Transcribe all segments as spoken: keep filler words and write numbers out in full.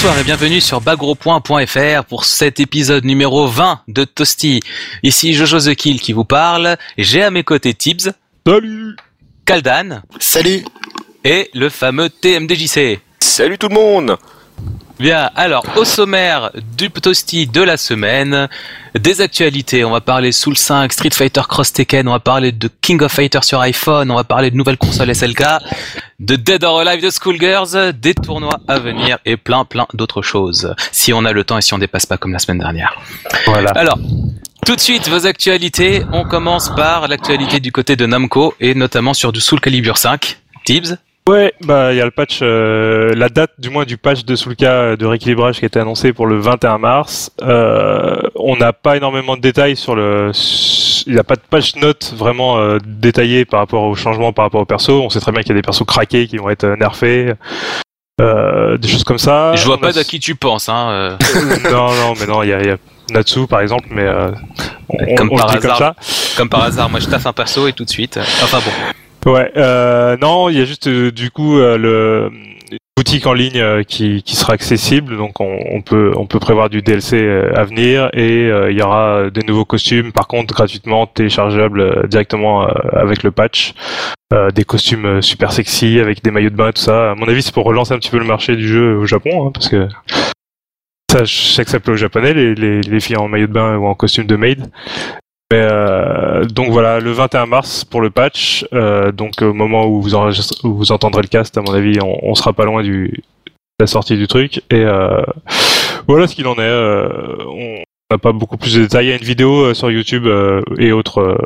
Bonsoir et bienvenue sur bagropoint point f r pour cet épisode numéro vingt de Toasty. Ici Jojo The Kill qui vous parle. J'ai à mes côtés Tibbs. Salut. Kaldan. Salut. Et le fameux T M D J C. Salut tout le monde. Bien, alors au sommaire du Toasty de la semaine, des actualités, on va parler Soul cinq, Street Fighter Cross Tekken, on va parler de King of Fighters sur iPhone, on va parler de nouvelles consoles S L K, de Dead or Alive de Schoolgirls, des tournois à venir et plein plein d'autres choses, si on a le temps et si on dépasse pas comme la semaine dernière. Voilà. Alors, tout de suite vos actualités, on commence par l'actualité du côté de Namco et notamment sur du Soul Calibur cinq. Tibbs. Ouais, bah il y a le patch, euh, la date du moins du patch de Soulka de rééquilibrage qui a été annoncé pour le vingt et un mars. Euh, on n'a pas énormément de détails sur le, il n'y a pas de patch note vraiment euh, détaillé par rapport aux changements, par rapport aux persos. On sait très bien qu'il y a des persos craqués qui vont être nerfés, euh, des choses comme ça. Je vois on pas a... à qui tu penses, hein. Euh... non, non, mais non, il y a, y a Natsu par exemple, mais euh, on, comme on par le dit hasard, comme ça. Comme par hasard, moi je taffe un perso et tout de suite. Enfin bon. Ouais, euh, non, il y a juste euh, du coup euh, le une boutique en ligne euh, qui, qui sera accessible, donc on, on peut on peut prévoir du D L C euh, à venir et euh, il y aura des nouveaux costumes, par contre gratuitement téléchargeables euh, directement euh, avec le patch, euh, des costumes euh, super sexy avec des maillots de bain, tout ça. À mon avis, c'est pour relancer un petit peu le marché du jeu au Japon, hein, parce que ça, je sais que ça plaît aux Japonais, les, les les filles en maillot de bain ou en costume de maid. Mais euh, donc voilà, le vingt et un mars pour le patch. Euh, donc au moment où vous, où vous entendrez le cast, à mon avis, on, on sera pas loin du, de la sortie du truc. Et euh, voilà ce qu'il en est. Euh, on n'a pas beaucoup plus de détails. Il y a une vidéo euh, sur YouTube euh, et autres euh,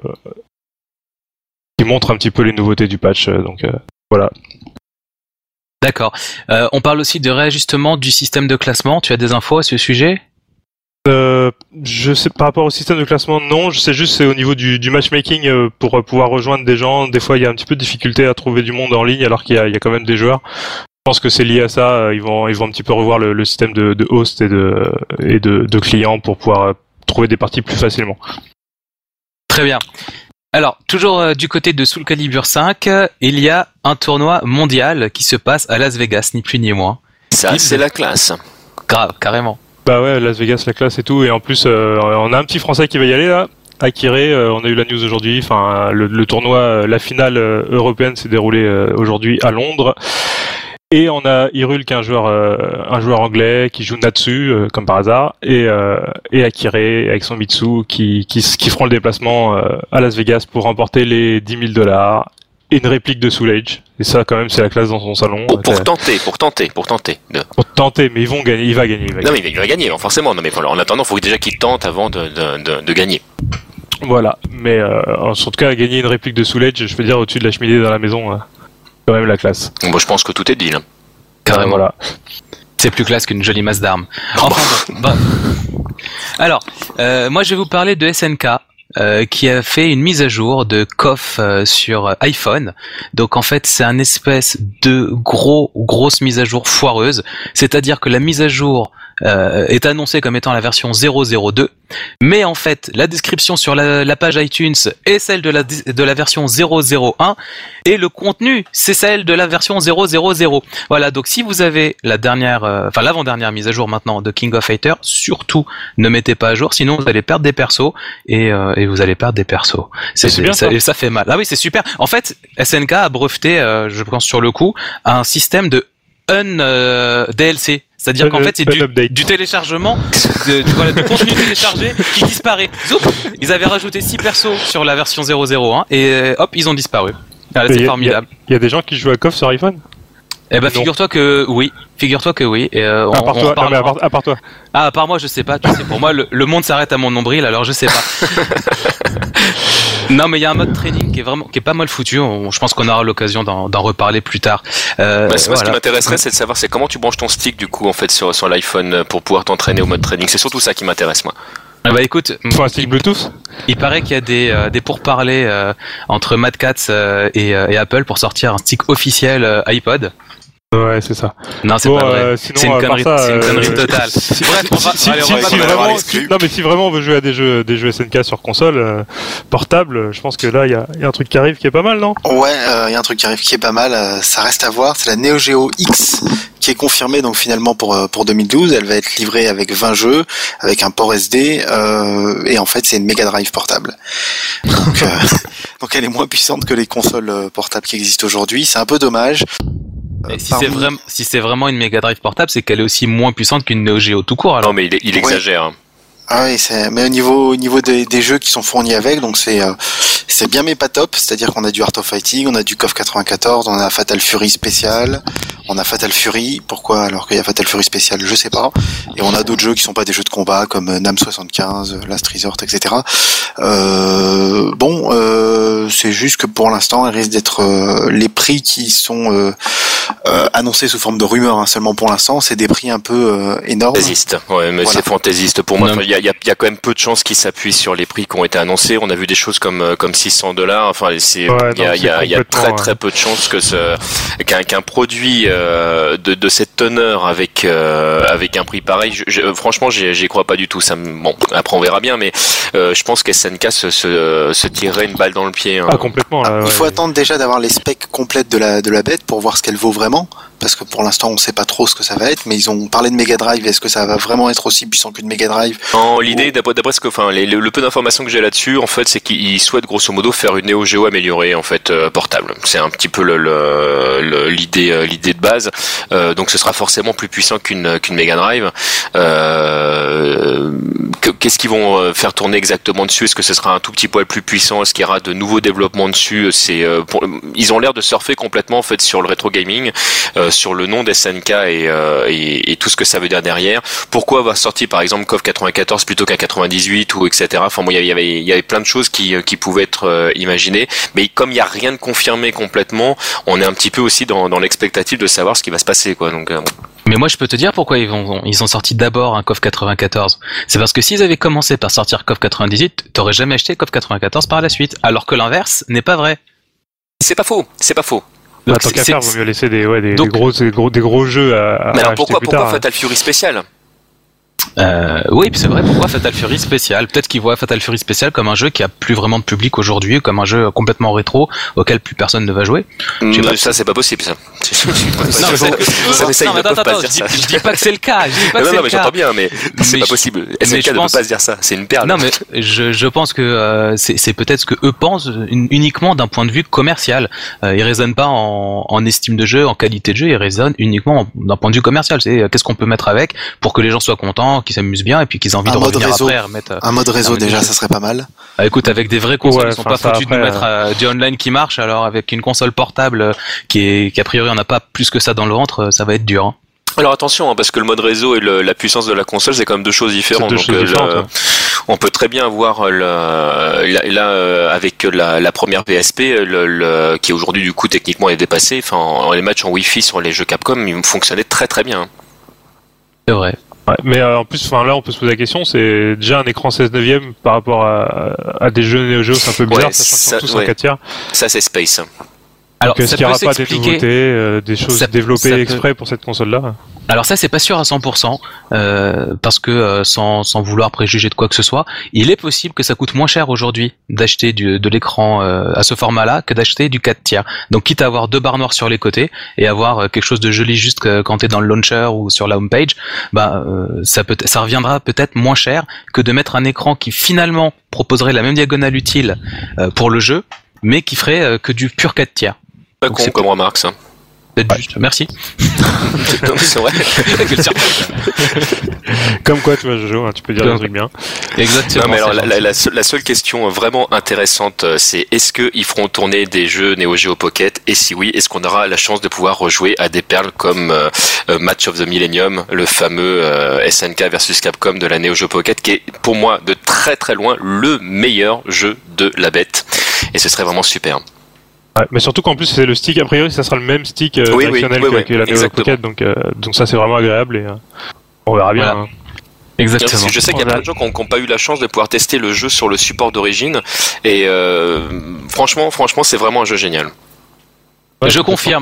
qui montre un petit peu les nouveautés du patch. Euh, donc euh, voilà. D'accord. Euh, on parle aussi de réajustement du système de classement. Tu as des infos à ce sujet ? Euh, je sais par rapport au système de classement, non. Je sais juste c'est au niveau du, du matchmaking euh, pour euh, pouvoir rejoindre des gens. Des fois, il y a un petit peu de difficulté à trouver du monde en ligne alors qu'il y a, il y a quand même des joueurs. Je pense que c'est lié à ça. Euh, ils vont, ils vont un petit peu revoir le, le système de, de host et de et de, de clients pour pouvoir euh, trouver des parties plus facilement. Très bien. Alors, toujours euh, du côté de Soul Calibur cinq, euh, il y a un tournoi mondial qui se passe à Las Vegas, ni plus ni moins. Ça, Tibbs. c'est la classe. Grave, carrément. Bah ouais, Las Vegas, la classe et tout. Et en plus, euh, on a un petit Français qui va y aller là. Akire, euh, on a eu la news aujourd'hui. Enfin, le, le tournoi, euh, la finale euh, européenne s'est déroulée euh, aujourd'hui à Londres. Et on a Hyrule qui est un joueur, euh, un joueur anglais qui joue Natsu euh, comme par hasard, et euh, et Akire avec son Mitsu qui qui qui feront le déplacement euh, à Las Vegas pour remporter les dix mille dollars et une réplique de Soul Edge. Et ça, quand même, c'est la classe dans son salon. Pour, pour tenter, pour tenter, pour tenter. De... Pour tenter, mais ils vont gagner. Il va gagner. Il va non, gagner. mais il va gagner, forcément. Non, mais en attendant, il faut déjà qu'il tente avant de, de, de, de gagner. Voilà. Mais euh, en tout cas, gagner une réplique de Soul Edge, je veux dire, au-dessus de la cheminée dans la maison, euh, quand même la classe. Bon, je pense que tout est dit, là. Carrément. Voilà. C'est plus classe qu'une jolie masse d'armes. Enfin, bon, bon. Alors, euh, moi, je vais vous parler de S N K. Euh, qui a fait une mise à jour de C O F euh, sur iPhone. Donc en fait, c'est un espèce de gros grosse mise à jour foireuse. C'est-à-dire que la mise à jour euh, est annoncée comme étant la version zéro zéro deux, mais en fait, la description sur la, la page iTunes est celle de la de la version zéro zéro un et le contenu c'est celle de la version zéro zéro zéro. Voilà. Donc si vous avez la dernière, euh, enfin l'avant-dernière mise à jour maintenant de King of Fighters, surtout ne mettez pas à jour, sinon vous allez perdre des persos et euh, et vous allez perdre des persos. C'est, c'est bien, ça, ça. et ça fait mal. Ah oui, c'est super. En fait, S N K a breveté, euh, je pense sur le coup, un système de un euh, D L C. C'est-à-dire un, qu'en fait, c'est du, du téléchargement, de, du, voilà, du contenu téléchargé qui disparaît. Zoup, ils avaient rajouté six persos sur la version zéro zéro un et hop, ils ont disparu. Voilà, c'est y a, formidable. Il y, y a des gens qui jouent à C O F sur iPhone ? Eh ben, figure-toi que oui. Figure-toi que oui. Et euh, on, à part on toi, reparle... non, mais à part, à part toi. Ah, à part moi, je sais pas. Tu sais, pour moi, le, le monde s'arrête à mon nombril, alors je sais pas. Non, mais il y a un mode training qui est vraiment, qui est pas mal foutu. On, je pense qu'on aura l'occasion d'en, d'en reparler plus tard. Euh, bah, c'est voilà. Ce qui m'intéresserait, c'est de savoir c'est comment tu branches ton stick du coup en fait sur sur l'iPhone pour pouvoir t'entraîner au mode training. C'est surtout ça qui m'intéresse moi. Ah bah écoute, faut un stick Bluetooth. Il paraît qu'il y a des euh, des pourparlers euh, entre Mad Catz euh, et, euh, et Apple pour sortir un stick officiel euh, iPod. Ouais, c'est ça. Non, c'est bon, pas vrai. Euh, sinon, c'est une connerie, ça, c'est une connerie euh, totale. Si, Bref, on va, si, allez, on si, va si pas vraiment, l'exclu. non mais si vraiment on veut jouer à des jeux, des jeux S N K sur console euh, portable, je pense que là il y a, y a un truc qui arrive qui est pas mal, non? Ouais, il euh, y a un truc qui arrive qui est pas mal, euh, ça reste à voir, c'est la Neo Geo X qui est confirmée donc finalement pour euh, pour deux mille douze, elle va être livrée avec vingt jeux, avec un port S D euh, et en fait c'est une Mega Drive portable. Donc, euh, donc elle est moins puissante que les consoles euh, portables qui existent aujourd'hui, c'est un peu dommage. Et si Parmi- c'est vraiment, si c'est vraiment une Mega Drive portable, c'est qu'elle est aussi moins puissante qu'une Neo Geo tout court. Alors. Non, mais il, il exagère. hein. Ah oui, c'est mais au niveau au niveau des, des jeux qui sont fournis avec, donc c'est euh, c'est bien mais pas top, c'est-à-dire qu'on a du Art of Fighting, on a du KOF quatre-vingt-quatorze, on a Fatal Fury spécial, on a Fatal Fury, pourquoi alors qu'il y a Fatal Fury spécial, je sais pas, et on a d'autres jeux qui sont pas des jeux de combat comme N A M soixante-quinze, Last Resort, et cetera. Euh, bon, euh, c'est juste que pour l'instant, il risque d'être euh, les prix qui sont euh, euh, annoncés sous forme de rumeurs hein, seulement pour l'instant, c'est des prix un peu euh, énormes. Fantaisiste, ouais, mais Voilà. c'est fantaisiste pour moi. Non. Enfin, Il y a, il y, a, il y a quand même peu de chances qu'ils s'appuient sur les prix qui ont été annoncés. On a vu des choses comme euh, comme six cents dollars. Enfin, c'est Ouais, il y a, non, il y a, c'est il y a très complètement, très peu de chances que ce qu'un qu'un produit euh, de de cette teneur avec euh, avec un prix pareil. Je, je, franchement, j'y j'y crois pas du tout. Ça me, bon, après on verra bien, mais euh, je pense qu'S N K se, se se tirerait une balle dans le pied. Hein. Ah complètement. Là, Il ouais. faut attendre déjà d'avoir les specs complètes de la de la bête pour voir ce qu'elle vaut vraiment, parce que pour l'instant on sait pas trop ce que ça va être, mais ils ont parlé de Mega Drive, est-ce que ça va vraiment être aussi puissant qu'une Mega Drive? En l'idée, d'après, d'après ce que, enfin, les, le, le peu d'informations que j'ai là-dessus, en fait, c'est qu'ils souhaitent grosso modo faire une Neo Geo améliorée, en fait, euh, portable. C'est un petit peu le, le, le- l'idée, euh, l'idée de base. Euh, donc, ce sera forcément plus puissant qu'une qu'une Mega Drive. Euh, que- qu'est-ce qu'ils vont euh, faire tourner exactement dessus? Est-ce que ce sera un tout petit poil plus puissant? Est-ce qu'il y aura de nouveaux développements dessus? C'est, euh, pour- ils ont l'air de surfer complètement, en fait, sur le rétro gaming, euh, sur le nom d'S N K et, euh, et, et tout ce que ça veut dire derrière. Pourquoi avoir sorti par exemple KOF quatre-vingt-quatorze plutôt qu'un quatre-vingt-dix-huit ou et cetera. Enfin bon, il y avait il y avait plein de choses qui qui pouvaient être euh, imaginées, mais comme il y a rien de confirmé complètement, on est un petit peu aussi dans dans l'expectative de savoir ce qui va se passer quoi. Donc euh, Mais moi, je peux te dire pourquoi ils vont, ils ont sorti d'abord un KOF quatre-vingt-quatorze. C'est parce que s'ils avaient commencé par sortir KOF quatre-vingt-dix-huit, t'aurais jamais acheté KOF quatre-vingt-quatorze par la suite. Alors que l'inverse n'est pas vrai. c'est pas faux, c'est pas faux. Bah, Donc, tant qu'à c'est- faire, vaut mieux laisser des, ouais, des, Donc- des gros, des gros, des gros jeux à, à Mais alors acheter pourquoi plus pourquoi tard. Fatal Fury spécial? Euh, oui, puis c'est vrai, pourquoi Fatal Fury spécial? Peut-être qu'ils voient Fatal Fury spécial comme un jeu qui a plus vraiment de public aujourd'hui, comme un jeu complètement rétro auquel plus personne ne va jouer. Mm, sais pas. ça c'est pas possible ça. Non, mais ça, faut- ça, ça, ça, ils non, mais ne peuvent attends, pas attends, se je dire dis, ça. je dis pas que c'est le cas, je dis pas que Non, c'est non, le mais cas. j'entends bien, mais c'est Mais pas je- possible. mais S N K je ne peut pense- pas se dire ça. C'est une perle. Non, mais je, je pense que euh, c'est, c'est peut-être ce que eux pensent une- uniquement d'un point de vue commercial. Euh, ils raisonnent pas en, en estime de jeu, en qualité de jeu, ils raisonnent uniquement en- d'un point de vue commercial. C'est euh, qu'est-ce qu'on peut mettre avec pour que les gens soient contents, qu'ils s'amusent bien et puis qu'ils aient envie Un de mode revenir réseau. après et remettre. euh, Un mode réseau Ah, mais déjà, je- ça serait pas mal. Ah, écoute, avec des vraies consoles, Ouais, ils sont enfin, pas ça, foutus de nous après, mettre euh, du online qui marche. Alors avec une console portable euh, qui est, qui a priori on n'a pas plus que ça dans le ventre, euh, ça va être dur. Hein. Alors attention, hein, parce que le mode réseau et le- la puissance de la console, c'est quand même deux choses différentes. C'est deux Donc, choses euh, différentes, le- ouais. on peut très bien avoir le, là, là, euh, avec la, la première P S P, le, le- qui aujourd'hui du coup techniquement est dépassée. Enfin, en- les matchs en Wi-Fi sur les jeux Capcom, ils fonctionnaient très très bien. C'est vrai. Ouais, mais euh, en plus, enfin là, on peut se poser la question, c'est déjà un écran seize neuvième par rapport à, à des jeux Neo Geo, c'est un peu bizarre, Ouais, sachant qu'ils ça- sont tous ouais. en quatre tiers. Ça, c'est Space. Alors Donc, est-ce ça qu'il n'y peut aura pas des s'expliquer. nouveautés, euh, des choses Ça- développées ça peut- exprès pour cette console-là? Alors ça c'est pas sûr à cent pour cent euh, parce que euh, sans, sans vouloir préjuger de quoi que ce soit, il est possible que ça coûte moins cher aujourd'hui d'acheter du, de l'écran euh, à ce format-là que d'acheter du quatre tiers. Donc quitte à avoir deux barres noires sur les côtés et avoir euh, quelque chose de joli juste que, quand t'es dans le launcher ou sur la homepage, bah euh, ça peut ça reviendra peut-être moins cher que de mettre un écran qui finalement proposerait la même diagonale utile euh, pour le jeu, mais qui ferait euh, que du pur quatre tiers. Pas Donc, con c'est comme remarque, ça. Peut-être juste. Merci. Non, mais c'est vrai. Quelle surprise. Comme quoi, tu vois, Jojo, hein, tu peux dire Comme- des trucs bien. Exactement. Non, mais alors c'est la, gentil. la, la seule, la seule question vraiment intéressante, euh, c'est est-ce qu'ils feront tourner des jeux Neo Geo Pocket? Et si oui, est-ce qu'on aura la chance de pouvoir rejouer à des perles comme euh, euh, Match of the Millennium, le fameux euh, S N K versus Capcom de la Neo Geo Pocket, qui est pour moi de très très loin le meilleur jeu de la bête. Et ce serait vraiment super. Ouais, mais surtout qu'en plus, c'est le stick, a priori, ça sera le même stick euh, Oui, oui, directionnel oui, que, oui, que la Neo exactement. Pocket, donc, euh, donc ça, c'est vraiment agréable et euh, on verra bien. Voilà. Hein. Exactement. Parce que je sais qu'il y a On a- plein de gens qui n'ont pas eu la chance de pouvoir tester le jeu sur le support d'origine. Et euh, franchement, franchement, c'est vraiment un jeu génial. Ouais, je complètement. confirme.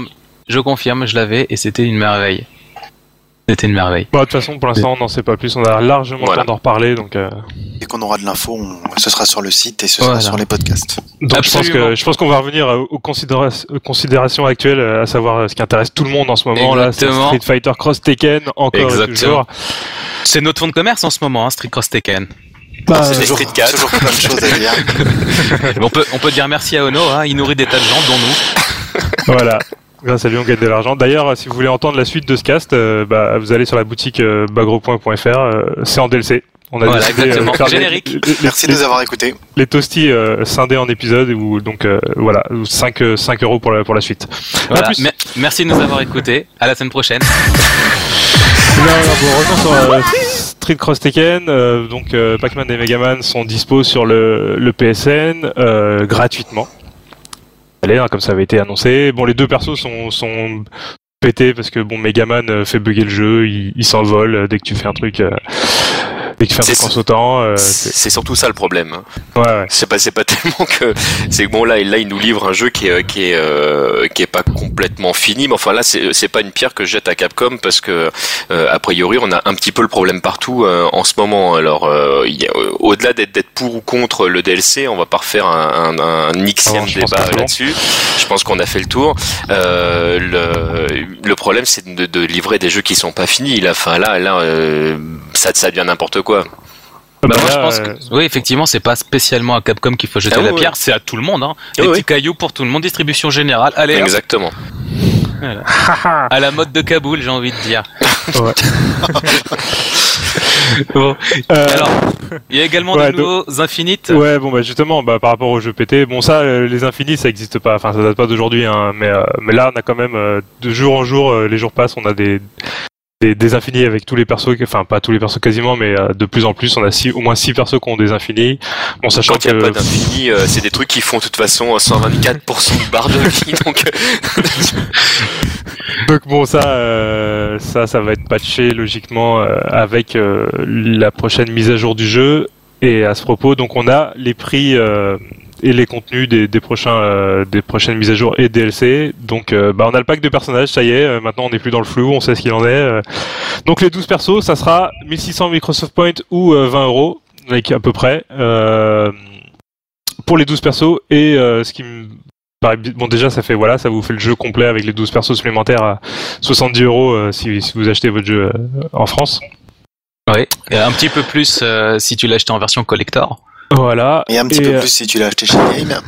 je confirme, je l'avais et c'était une merveille. C'était une merveille. Bon, de toute façon, pour l'instant, on n'en sait pas plus. On a largement le Voilà. temps d'en reparler. Donc, euh... Dès qu'on aura de l'info, on... ce sera sur le site et ce sera Voilà. sur les podcasts. donc je pense Absolument. que je pense qu'on va revenir aux, aux considéra- aux considérations actuelles, à savoir ce qui intéresse tout le monde en ce moment. Là, c'est Exactement. Street Fighter Cross Tekken encore et Exactement. toujours. C'est notre fonds de commerce en ce moment, hein, Street Cross Tekken. Bah, C'est des toujours, Street quatre. toujours plein de choses à dire. on peut on peut dire merci à Ono, hein, il nourrit des tas de gens, dont nous. Voilà. Grâce à lui, on gagne de l'argent. D'ailleurs, si vous voulez entendre la suite de ce cast, euh, bah, vous allez sur la boutique euh, bagro.fr. Euh, c'est en D L C. On a Voilà, décidé, exactement. faire les- Générique. les- les- Merci de nous avoir écoutés. les toasties euh, scindés en épisodes ou donc euh, voilà cinq euros pour la pour la suite. Voilà. À plus. Me- merci de nous avoir écoutés. À la semaine prochaine. Non, non, bon, revenons sur euh, Street Cross Tekken. Euh, donc euh, Pac-Man et Megaman sont dispo sur le, le P S N euh, gratuitement. Allez, hein, comme ça avait été annoncé. Bon, les deux persos sont sont pétés parce que bon, Megaman euh, fait bugger le jeu, il, il s'envole euh, dès que tu fais un truc. Euh, dès que tu fais un C'est truc en ça. sautant. Euh, c'est- C'est surtout ça le problème. hein. ouais, ouais. C'est pas, c'est pas tellement que, c'est que bon là, là, il nous livre un jeu qui est, qui est, euh, qui est pas complètement fini, mais enfin là, c'est, c'est pas une pierre que je jette à Capcom parce que, euh, a priori, on a un petit peu le problème partout euh, en ce moment. Alors, euh, il y a, euh, au-delà d'être, d'être pour ou contre le D L C, on va pas refaire un, un, un X-ième Oh, je pense débat pas, non. là-dessus. Je pense qu'on a fait le tour. Euh, le, le problème, c'est de, de livrer des jeux qui sont pas finis. Là, enfin là, là, euh, ça, ça devient n'importe quoi. Bah, Bah, moi, là, je pense euh, que, oui, effectivement, c'est pas spécialement à Capcom qu'il faut jeter Ah oui, la oui. pierre, c'est à tout le monde, hein. Des Oui, petits oui. cailloux pour tout le monde, distribution générale. Allez, hop. Exactement. Voilà. À la mode de Kaboul, j'ai envie de dire. Ouais. Bon. Euh, Alors, il y a également ouais, des nouveaux Infinites. Ouais, bon bah justement, bah, par rapport aux jeux pétés, bon ça, euh, les infinis, ça existe pas, enfin ça date pas d'aujourd'hui, hein, mais euh, mais là on a quand même euh, de jour en jour, euh, les jours passent, on a des des, des infinis avec tous les persos, enfin pas tous les persos quasiment, mais euh, de plus en plus, on a six, au moins six persos qui ont des infinis. Bon, sachant Quand il n'y a que pas d'infini, euh, c'est des trucs qui font de toute façon cent vingt-quatre pour cent de barre de vie. Donc, euh, donc bon ça, euh, ça, ça va être patché logiquement euh, avec euh, la prochaine mise à jour du jeu. Et à ce propos, donc on a les prix euh, et les contenus des, des prochains, euh, des prochaines mises à jour et D L C. Donc, euh, bah, on a le pack de personnages, ça y est. euh, maintenant, on n'est plus dans le flou, on sait ce qu'il en est. euh. Donc, les douze persos, ça sera mille six cents Microsoft Points ou euh, vingt euros, avec à peu près, euh, pour les douze persos. Et euh, ce qui me paraît bi- bon, déjà, ça fait voilà, ça vous fait le jeu complet avec les douze persos supplémentaires à soixante-dix euros euh, si, si vous achetez votre jeu euh, en France. Oui. Et un petit peu plus euh, si tu l'as acheté en version collector. Voilà. Et un petit Et, peu euh, plus si tu l'as acheté chez Game.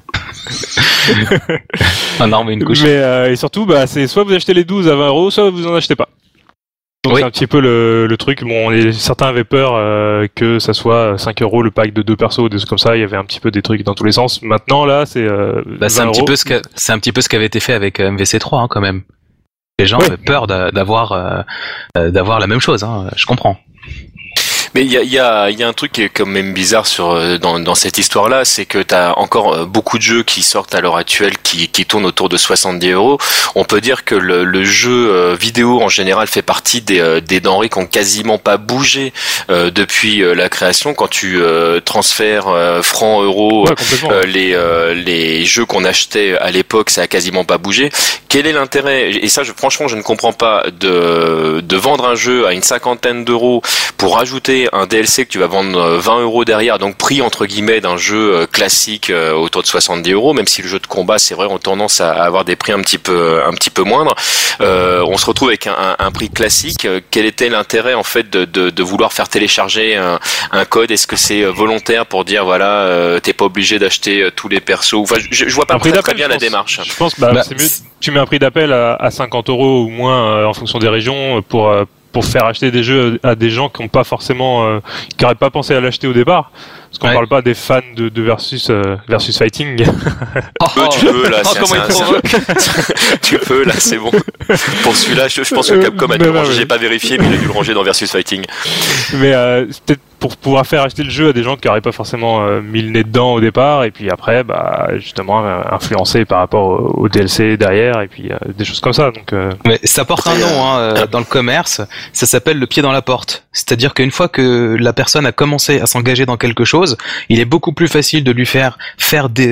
Un arme et une couche. Mais euh, et surtout, bah, c'est soit vous achetez les douze à vingt euros, soit vous en achetez pas. Donc Oui. c'est un petit peu le, le truc. Bon, les, certains avaient peur euh, que ça soit cinq euros le pack de deux persos, des trucs comme ça. Il y avait un petit peu des trucs dans tous les sens. Maintenant, là, c'est euh, Bah, c'est vingt un petit euros. peu ce que c'est un petit peu ce qui avait été fait avec euh, M V C trois, hein, quand même. Les gens Ouais. avaient peur d'a- d'avoir euh, euh, d'avoir la même chose, hein. Je comprends. mais il y a, il y, a, il y a un truc qui est quand même bizarre sur, euh, dans, dans cette histoire-là, c'est que tu as encore euh, beaucoup de jeux qui sortent à l'heure actuelle qui, qui tournent autour de soixante-dix euros. On peut dire que le, le jeu euh, vidéo en général fait partie des, euh, des denrées qui ont quasiment pas bougé euh, depuis euh, la création. Quand tu euh, transfères euh, francs, euros, Ouais, complètement. Euh, les euh, les jeux qu'on achetait à l'époque, ça a quasiment pas bougé. Quel est l'intérêt? Et ça, je, franchement, je ne comprends pas de de vendre un jeu à une cinquantaine d'euros pour rajouter un D L C que tu vas vendre vingt euros derrière, donc prix entre guillemets d'un jeu euh, classique euh, autour de soixante-dix euros. Même si le jeu de combat, c'est vrai, ont tendance à avoir des prix un petit peu un petit peu moindres. Euh, on se retrouve avec un, un, un prix classique. Euh, Quel était l'intérêt en fait de de, de vouloir faire télécharger un, un code? Est-ce que c'est volontaire pour dire voilà, euh, t'es pas obligé d'acheter euh, tous les persos? Enfin, je, je vois pas Un prix très, très d'appel, bien je la pense. démarche. Je pense bah, Bah, c'est mieux. Tu mets un prix d'appel à, à cinquante euros ou moins euh, en fonction des régions euh, pour euh, pour faire acheter des jeux à des gens qui n'ont pas forcément, euh, qui n'auraient pas pensé à l'acheter au départ. Parce qu'on Ouais. parle pas des fans de, de versus euh, versus fighting. Oh, Euh, tu peux là, oh, c'est- comment c'est- il c'est- provoque. tu peux là, c'est bon. Pour celui-là, je, je pense que Euh, Capcom a dû mais le non, ranger. mais- J'ai pas vérifié, mais il a dû le ranger dans Versus Fighting. Mais euh, c'est peut-être pour pouvoir faire acheter le jeu à des gens qui n'auraient pas forcément euh, mis le nez dedans au départ, et puis après, bah justement euh, influencé par rapport au, au D L C derrière, et puis euh, des choses comme ça. Donc euh, Mais ça porte un Après, nom hein, euh, dans le commerce, ça s'appelle le pied dans la porte. C'est-à-dire qu'une fois que la personne a commencé à s'engager dans quelque chose, il est beaucoup plus facile de lui faire faire des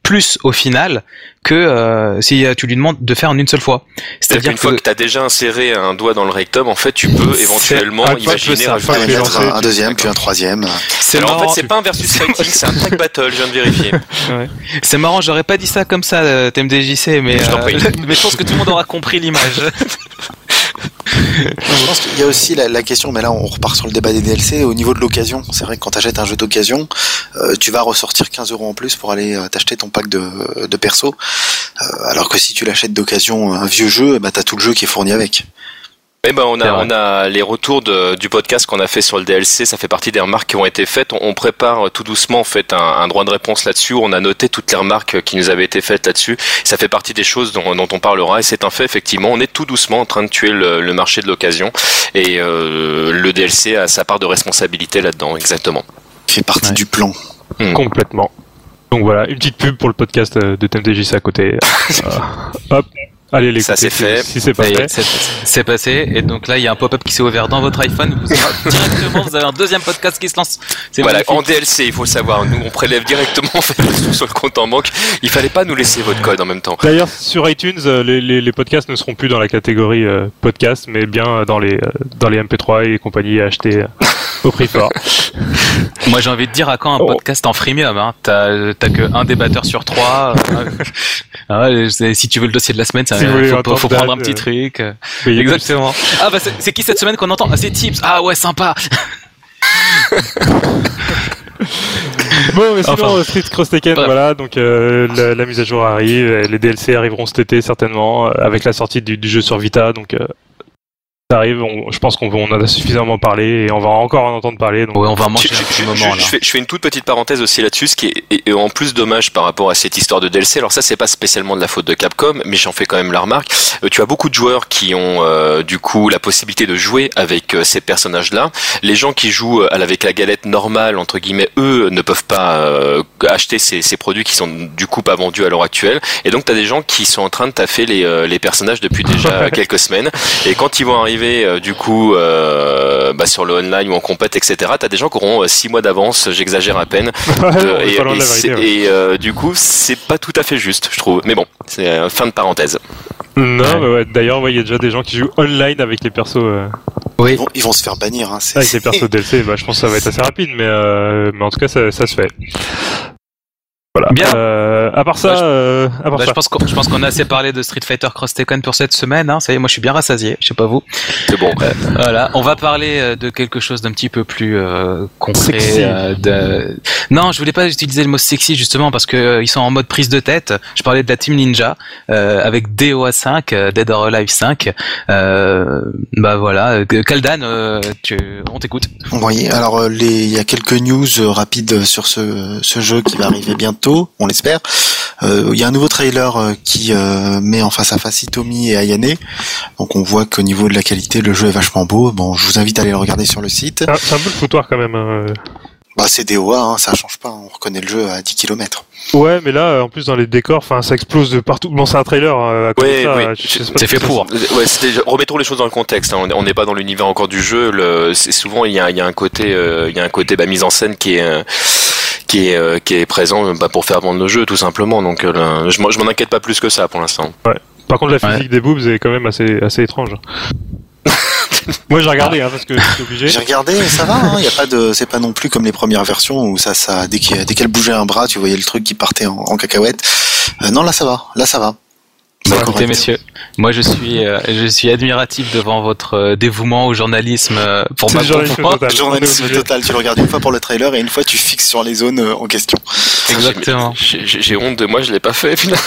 plus au final que euh, si tu lui demandes de faire en une seule fois. C'est-à-dire qu'une fois que tu as déjà inséré un doigt dans le rectum, en fait, tu peux éventuellement imaginer rajouter un, un deuxième, puis un troisième. C'est Alors marrant. En fait, c'est pas un versus fighting, c'est un track battle, je viens de vérifier. Ouais. C'est marrant, j'aurais pas dit ça comme ça, T M D J C, mais, je, euh, mais je pense que tout le monde aura compris l'image. Je pense qu'il y a aussi la, la question, mais là on repart sur le débat des D L C au niveau de l'occasion. C'est vrai que quand tu achètes un jeu d'occasion, euh, tu vas ressortir quinze euros en plus pour aller euh, t'acheter ton pack de, de perso. Euh, alors que si tu l'achètes d'occasion un vieux jeu, bah, t'as tout le jeu qui est fourni avec. Eh ben on a on a les retours de, du podcast qu'on a fait sur le D L C, ça fait partie des remarques qui ont été faites. On, on prépare tout doucement en fait un, un droit de réponse là-dessus. On a noté toutes les remarques qui nous avaient été faites là-dessus. Ça fait partie des choses dont, dont on parlera et c'est un fait effectivement. On est tout doucement en train de tuer le, le marché de l'occasion et euh, le D L C a sa part de responsabilité là-dedans exactement. Il fait partie ouais. du plan. Mmh. Complètement. Donc voilà, une petite pub pour le podcast de T M D J C à côté. euh, hop. Allez, l'écouter, ça c'est fait. Si c'est pas fait. C'est, c'est passé. Et donc là, il y a un pop-up qui s'est ouvert dans votre iPhone. Vous avez directement, vous avez un deuxième podcast qui se lance. C'est voilà, magnifique. En D L C, il faut le savoir. Nous, on prélève directement en fait, sur le compte en banque. Il fallait pas nous laisser votre code en même temps. D'ailleurs, sur iTunes, les, les, les podcasts ne seront plus dans la catégorie euh, podcast, mais bien dans les, euh, dans les M P trois et compagnie à acheter euh, au prix fort. Moi, j'ai envie de dire à quand un podcast oh. en freemium, hein. T'as, t'as que un débatteur sur trois. Euh, ah, si tu veux le dossier de la semaine, ça si faut, faut, faut prendre un petit truc. Euh, exactement. Ah bah c'est, c'est qui cette semaine qu'on entend? Ah c'est Tips. Ah ouais, sympa. Bon, mais sinon, enfin, Street Cross Tekken, bah, voilà, donc euh, la, la mise à jour arrive, les D L C arriveront cet été certainement, avec la sortie du, du jeu sur Vita, donc euh, ça arrive, on, je pense qu'on on en a suffisamment parlé et on va encore en entendre parler. Donc... Oui, on va en manger depuis un moment. Je, je, fais, je fais une toute petite parenthèse aussi là-dessus, ce qui est, est, est en plus dommage par rapport à cette histoire de D L C. Alors ça, c'est pas spécialement de la faute de Capcom, mais j'en fais quand même la remarque. Euh, tu as beaucoup de joueurs qui ont euh, du coup la possibilité de jouer avec euh, ces personnages-là. Les gens qui jouent avec la galette normale, entre guillemets, eux ne peuvent pas euh, acheter ces, ces produits qui sont du coup pas vendus à l'heure actuelle. Et donc, tu as des gens qui sont en train de taffer les, euh, les personnages depuis déjà quelques semaines. Et quand ils vont arriver Euh, du coup euh, bah, sur le online ou en compète, et cetera, t'as des gens qui auront six mois d'avance, j'exagère à peine. euh, et et, vérité, ouais. et euh, du coup, c'est pas tout à fait juste, je trouve. Mais bon, c'est euh, fin de parenthèse. Non, ouais. mais ouais, d'ailleurs, il ouais, y a déjà des gens qui jouent online avec les persos. Euh... Oui. Ils vont, ils vont se faire bannir. Hein, c'est... Avec les persos D L C, bah, je pense que ça va être assez rapide, mais, euh, mais en tout cas, ça, ça se fait. Voilà. Bien. Euh, à part ça, bah, je, euh, à part bah, ça. Je pense qu'on, je pense qu'on a assez parlé de Street Fighter Cross Tekken pour cette semaine. Hein. Ça y est, moi je suis bien rassasié. Je sais pas vous. C'est bon. Euh, voilà. On va parler de quelque chose d'un petit peu plus euh, concret. Euh, de... Non, je voulais pas utiliser le mot sexy justement parce que euh, ils sont en mode prise de tête. Je parlais de la Team Ninja euh, avec D O A cinq, euh, Dead or Alive cinq. Euh, bah voilà. Kaldan, euh, tu... on t'écoute. Oui. Alors les, il y a quelques news rapides sur ce ce jeu qui va arriver bientôt. On l'espère. Il euh, y a un nouveau trailer euh, qui euh, met en face à face Hitomi et Ayane. Donc on voit qu'au niveau de la qualité, le jeu est vachement beau. Bon, je vous invite à aller le regarder sur le site. C'est un, c'est un peu le foutoir quand même. Hein. Bah c'est D O A, hein, ça change pas. On reconnaît le jeu à dix kilomètres. Ouais, mais là, en plus dans les décors, enfin, ça explose de partout. Bon, c'est un trailer. Euh, ouais, ça, oui. je sais pas c'est fait pour. Ouais, c'était... Remettons les choses dans le contexte. Hein. On n'est pas dans l'univers encore du jeu. Le... C'est souvent il y a, il y a un côté, euh, il y a un côté bah, mise en scène qui est. Euh... qui est euh, qui est présent bah, pour faire vendre le jeu tout simplement, donc euh, je, je m'en inquiète pas plus que ça pour l'instant. Ouais. Par contre la physique ouais. des boobs est quand même assez assez étrange. Moi j'ai regardé hein, parce que j'étais obligé. J'ai regardé, ça va, hein, y a pas de, c'est pas non plus comme les premières versions où ça ça dès qu'elle, dès qu'elle bougeait un bras, tu voyais le truc qui partait en, en cacahuète. Euh, non là ça va, là ça va. Bon, écoutez messieurs, moi je suis euh, je suis admiratif devant votre euh, dévouement au journalisme euh, pour ma journalisme total. Journalisme total, tu le regardes une fois pour le trailer et une fois tu fixes sur les zones euh, en question. Exactement. J'ai, j'ai, j'ai honte de moi, je l'ai pas fait finalement.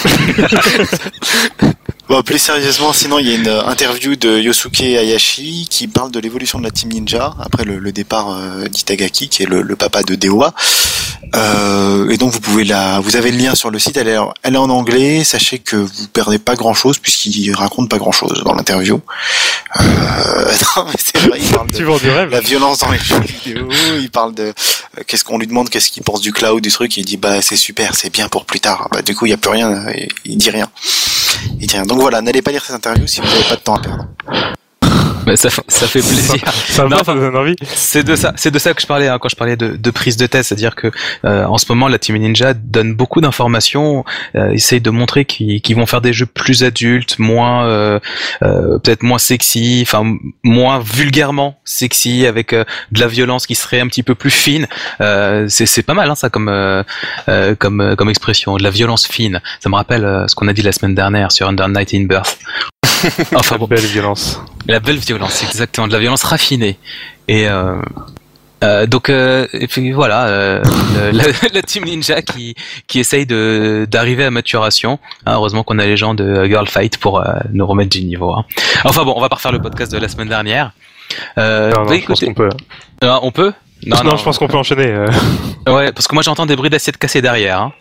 Bon, plus sérieusement, sinon il y a une interview de Yosuke Hayashi qui parle de l'évolution de la Team Ninja après le, le départ euh, d'Itagaki qui est le, le papa de D O A. Euh, et donc vous pouvez la, vous avez le lien sur le site. Elle est, elle est en anglais. Sachez que vous perdez pas grand chose puisqu'il raconte pas grand chose dans l'interview. Euh, non mais c'est vrai, il parle de tu vends du rêve. La violence dans les jeux vidéo. Il parle de euh, qu'est-ce qu'on lui demande, qu'est-ce qu'il pense du cloud, du truc. Il dit bah c'est super, c'est bien pour plus tard. Bah du coup il y a plus rien. Il dit rien. Il dit rien. Donc voilà, n'allez pas lire cette interview si vous n'avez pas de temps à perdre. Bah, ça, ça fait plaisir. Ça va, ça donne envie. C'est de ça, c'est de ça que je parlais hein, quand je parlais de, de prise de test, c'est-à-dire que euh, en ce moment la Team Ninja donne beaucoup d'informations, euh, essaye de montrer qu'ils, qu'ils vont faire des jeux plus adultes, moins euh, euh, peut-être moins sexy, enfin moins vulgairement sexy, avec euh, de la violence qui serait un petit peu plus fine. Euh, c'est, c'est pas mal hein, ça comme euh, euh, comme comme expression, de la violence fine. Ça me rappelle euh, ce qu'on a dit la semaine dernière sur Under Night in Birth. Enfin bon, belle violence. La belle violence, exactement, de la violence raffinée. Et euh, euh, donc, euh, et puis voilà, euh, le, la, la Team Ninja qui qui essaye de d'arriver à maturation. Hein, heureusement qu'on a les gens de Girl Fight pour euh, nous remettre du niveau. Hein. Enfin bon, on va pas refaire le podcast de la semaine dernière. Euh, non, non, bah, je pense écoutez, qu'on peut. euh, on peut Non, non, non, je pense qu'on peut enchaîner. Euh... Ouais, parce que moi j'entends des bruits d'assiettes cassées derrière. Hein.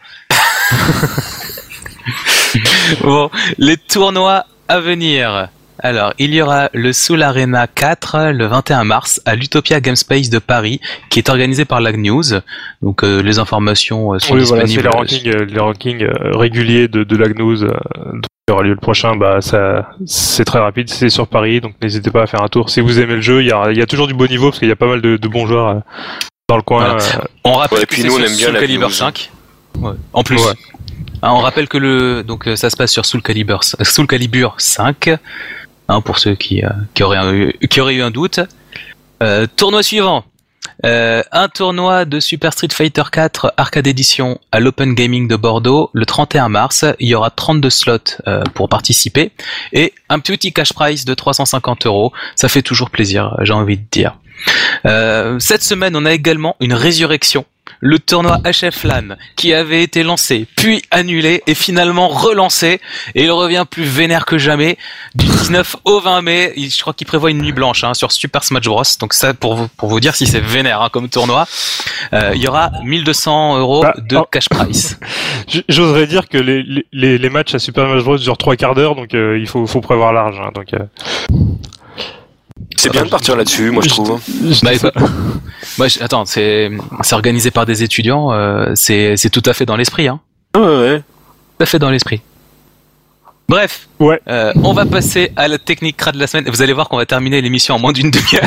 Bon, les tournois à venir. Alors, il y aura le Soul Arena quatre le vingt et un mars à l'Utopia Game Space de Paris, qui est organisé par Lag News. Donc, euh, les informations sont oui, disponibles. Voilà, c'est les rankings, les rankings euh, réguliers de, de Lag News. Euh, qui aura lieu le prochain. Bah, ça, c'est très rapide. C'est sur Paris, donc n'hésitez pas à faire un tour. Si vous aimez le jeu, il y a, il y a toujours du bon niveau parce qu'il y a pas mal de, de bons joueurs euh, dans le coin. Voilà. Euh... On rappelle ouais, que puis c'est nous, on sur aime bien Soul Lag Calibur News. cinq. Ouais. En plus. Ouais. Hein, on rappelle que le donc ça se passe sur Soul Calibur Soul Calibur cinq. Hein, pour ceux qui, euh, qui, auraient un, qui auraient eu un doute. Euh, tournoi suivant. Euh, un tournoi de Super Street Fighter quatre Arcade Edition à l'Open Gaming de Bordeaux le trente et un mars. Il y aura trente-deux slots euh, pour participer et un petit cash prize de trois cent cinquante euros. Ça fait toujours plaisir, j'ai envie de dire. Euh, cette semaine, on a également une résurrection. Le tournoi H F LAN qui avait été lancé, puis annulé et finalement relancé, et il revient plus vénère que jamais du dix-neuf au vingt mai. Je crois qu'il prévoit une nuit blanche hein, sur Super Smash Bros. Donc ça pour vous pour vous dire si c'est vénère hein, comme tournoi. Euh, il y aura mille deux cents euros bah, de oh. cash prize. J'oserais dire que les, les, les matchs à Super Smash Bros durent trois quarts d'heure, donc euh, il faut faut prévoir large. Hein, donc. Euh... C'est bien de partir là-dessus, moi je trouve. Bah, écoute, moi, je, attends, c'est, c'est organisé par des étudiants, euh, c'est, c'est tout à fait dans l'esprit, hein. Ouais, ouais. Tout à fait dans l'esprit. Bref, ouais. euh, on va passer à la technique crade de la semaine. Vous allez voir qu'on va terminer l'émission en moins d'une demi-heure.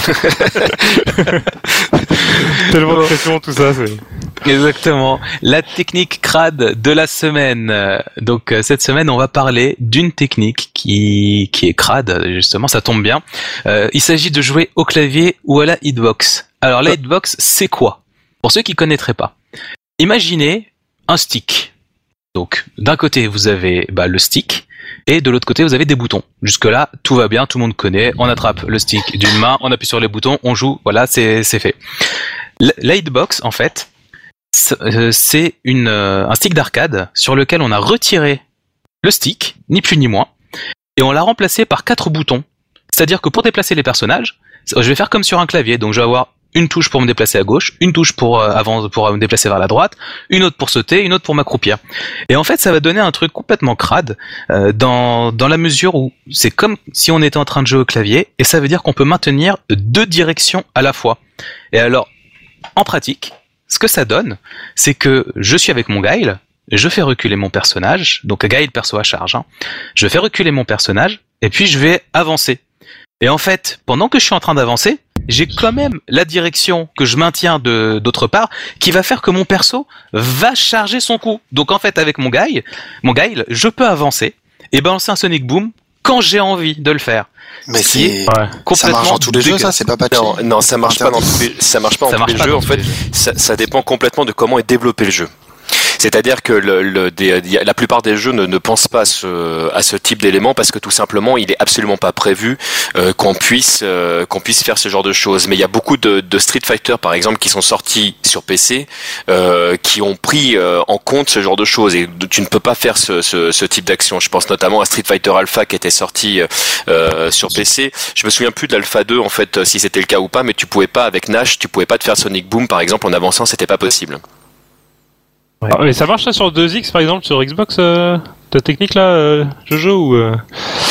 Tellement de pression, tout ça, c'est... Exactement. La technique crade de la semaine. Donc euh, cette semaine, on va parler d'une technique qui qui est crade. Justement, ça tombe bien. Euh, il s'agit de jouer au clavier ou à la hitbox. Alors la hitbox, c'est quoi? Pour ceux qui connaîtraient pas, imaginez un stick. Donc d'un côté, vous avez bah, le stick. Et de l'autre côté, vous avez des boutons. Jusque-là, tout va bien, tout le monde connaît. On attrape le stick d'une main, on appuie sur les boutons, on joue. Voilà, c'est c'est fait. La hitbox, en fait, c'est une, un stick d'arcade sur lequel on a retiré le stick, ni plus ni moins, et on l'a remplacé par quatre boutons. C'est-à-dire que pour déplacer les personnages, je vais faire comme sur un clavier. Donc je vais avoir une touche pour me déplacer à gauche, une touche pour euh, avant pour me déplacer vers la droite, une autre pour sauter, une autre pour m'accroupir. Et en fait, ça va donner un truc complètement crade euh, dans dans la mesure où c'est comme si on était en train de jouer au clavier, et ça veut dire qu'on peut maintenir deux directions à la fois. Et alors, en pratique, ce que ça donne, c'est que je suis avec mon Guile, je fais reculer mon personnage, donc Guile perso à charge, hein. Je fais reculer mon personnage, et puis je vais avancer. Et en fait, pendant que je suis en train d'avancer, j'ai quand même la direction que je maintiens de d'autre part, qui va faire que mon perso va charger son coup. Donc en fait, avec mon Guile, mon Guile, je peux avancer et balancer un Sonic Boom quand j'ai envie de le faire. Mais c'est ouais. complètement ça marche dans tous les jeux, ça, c'est pas patché. Non, non, ça marche pas dans tous les, ça marche pas ça dans marche tous les pas jeux. dans En tous fait, les jeux. ça, ça dépend complètement de comment est développé le jeu. C'est-à-dire que le, le, des, la plupart des jeux ne, ne pensent pas à ce, à ce type d'éléments parce que tout simplement, il est absolument pas prévu euh, qu'on puisse euh, qu'on puisse faire ce genre de choses. Mais il y a beaucoup de, de Street Fighter, par exemple, qui sont sortis sur P C, euh, qui ont pris euh, en compte ce genre de choses. Et tu ne peux pas faire ce, ce, ce type d'action. Je pense notamment à Street Fighter Alpha qui était sorti euh, sur P C. Je me souviens plus de l'Alpha deux en fait, si c'était le cas ou pas, mais tu pouvais pas avec Nash, tu pouvais pas te faire Sonic Boom par exemple en avançant, c'était pas possible. Ouais. Ah, mais ça marche ça sur deux X par exemple sur Xbox euh, ta technique là euh, Jojo ou euh...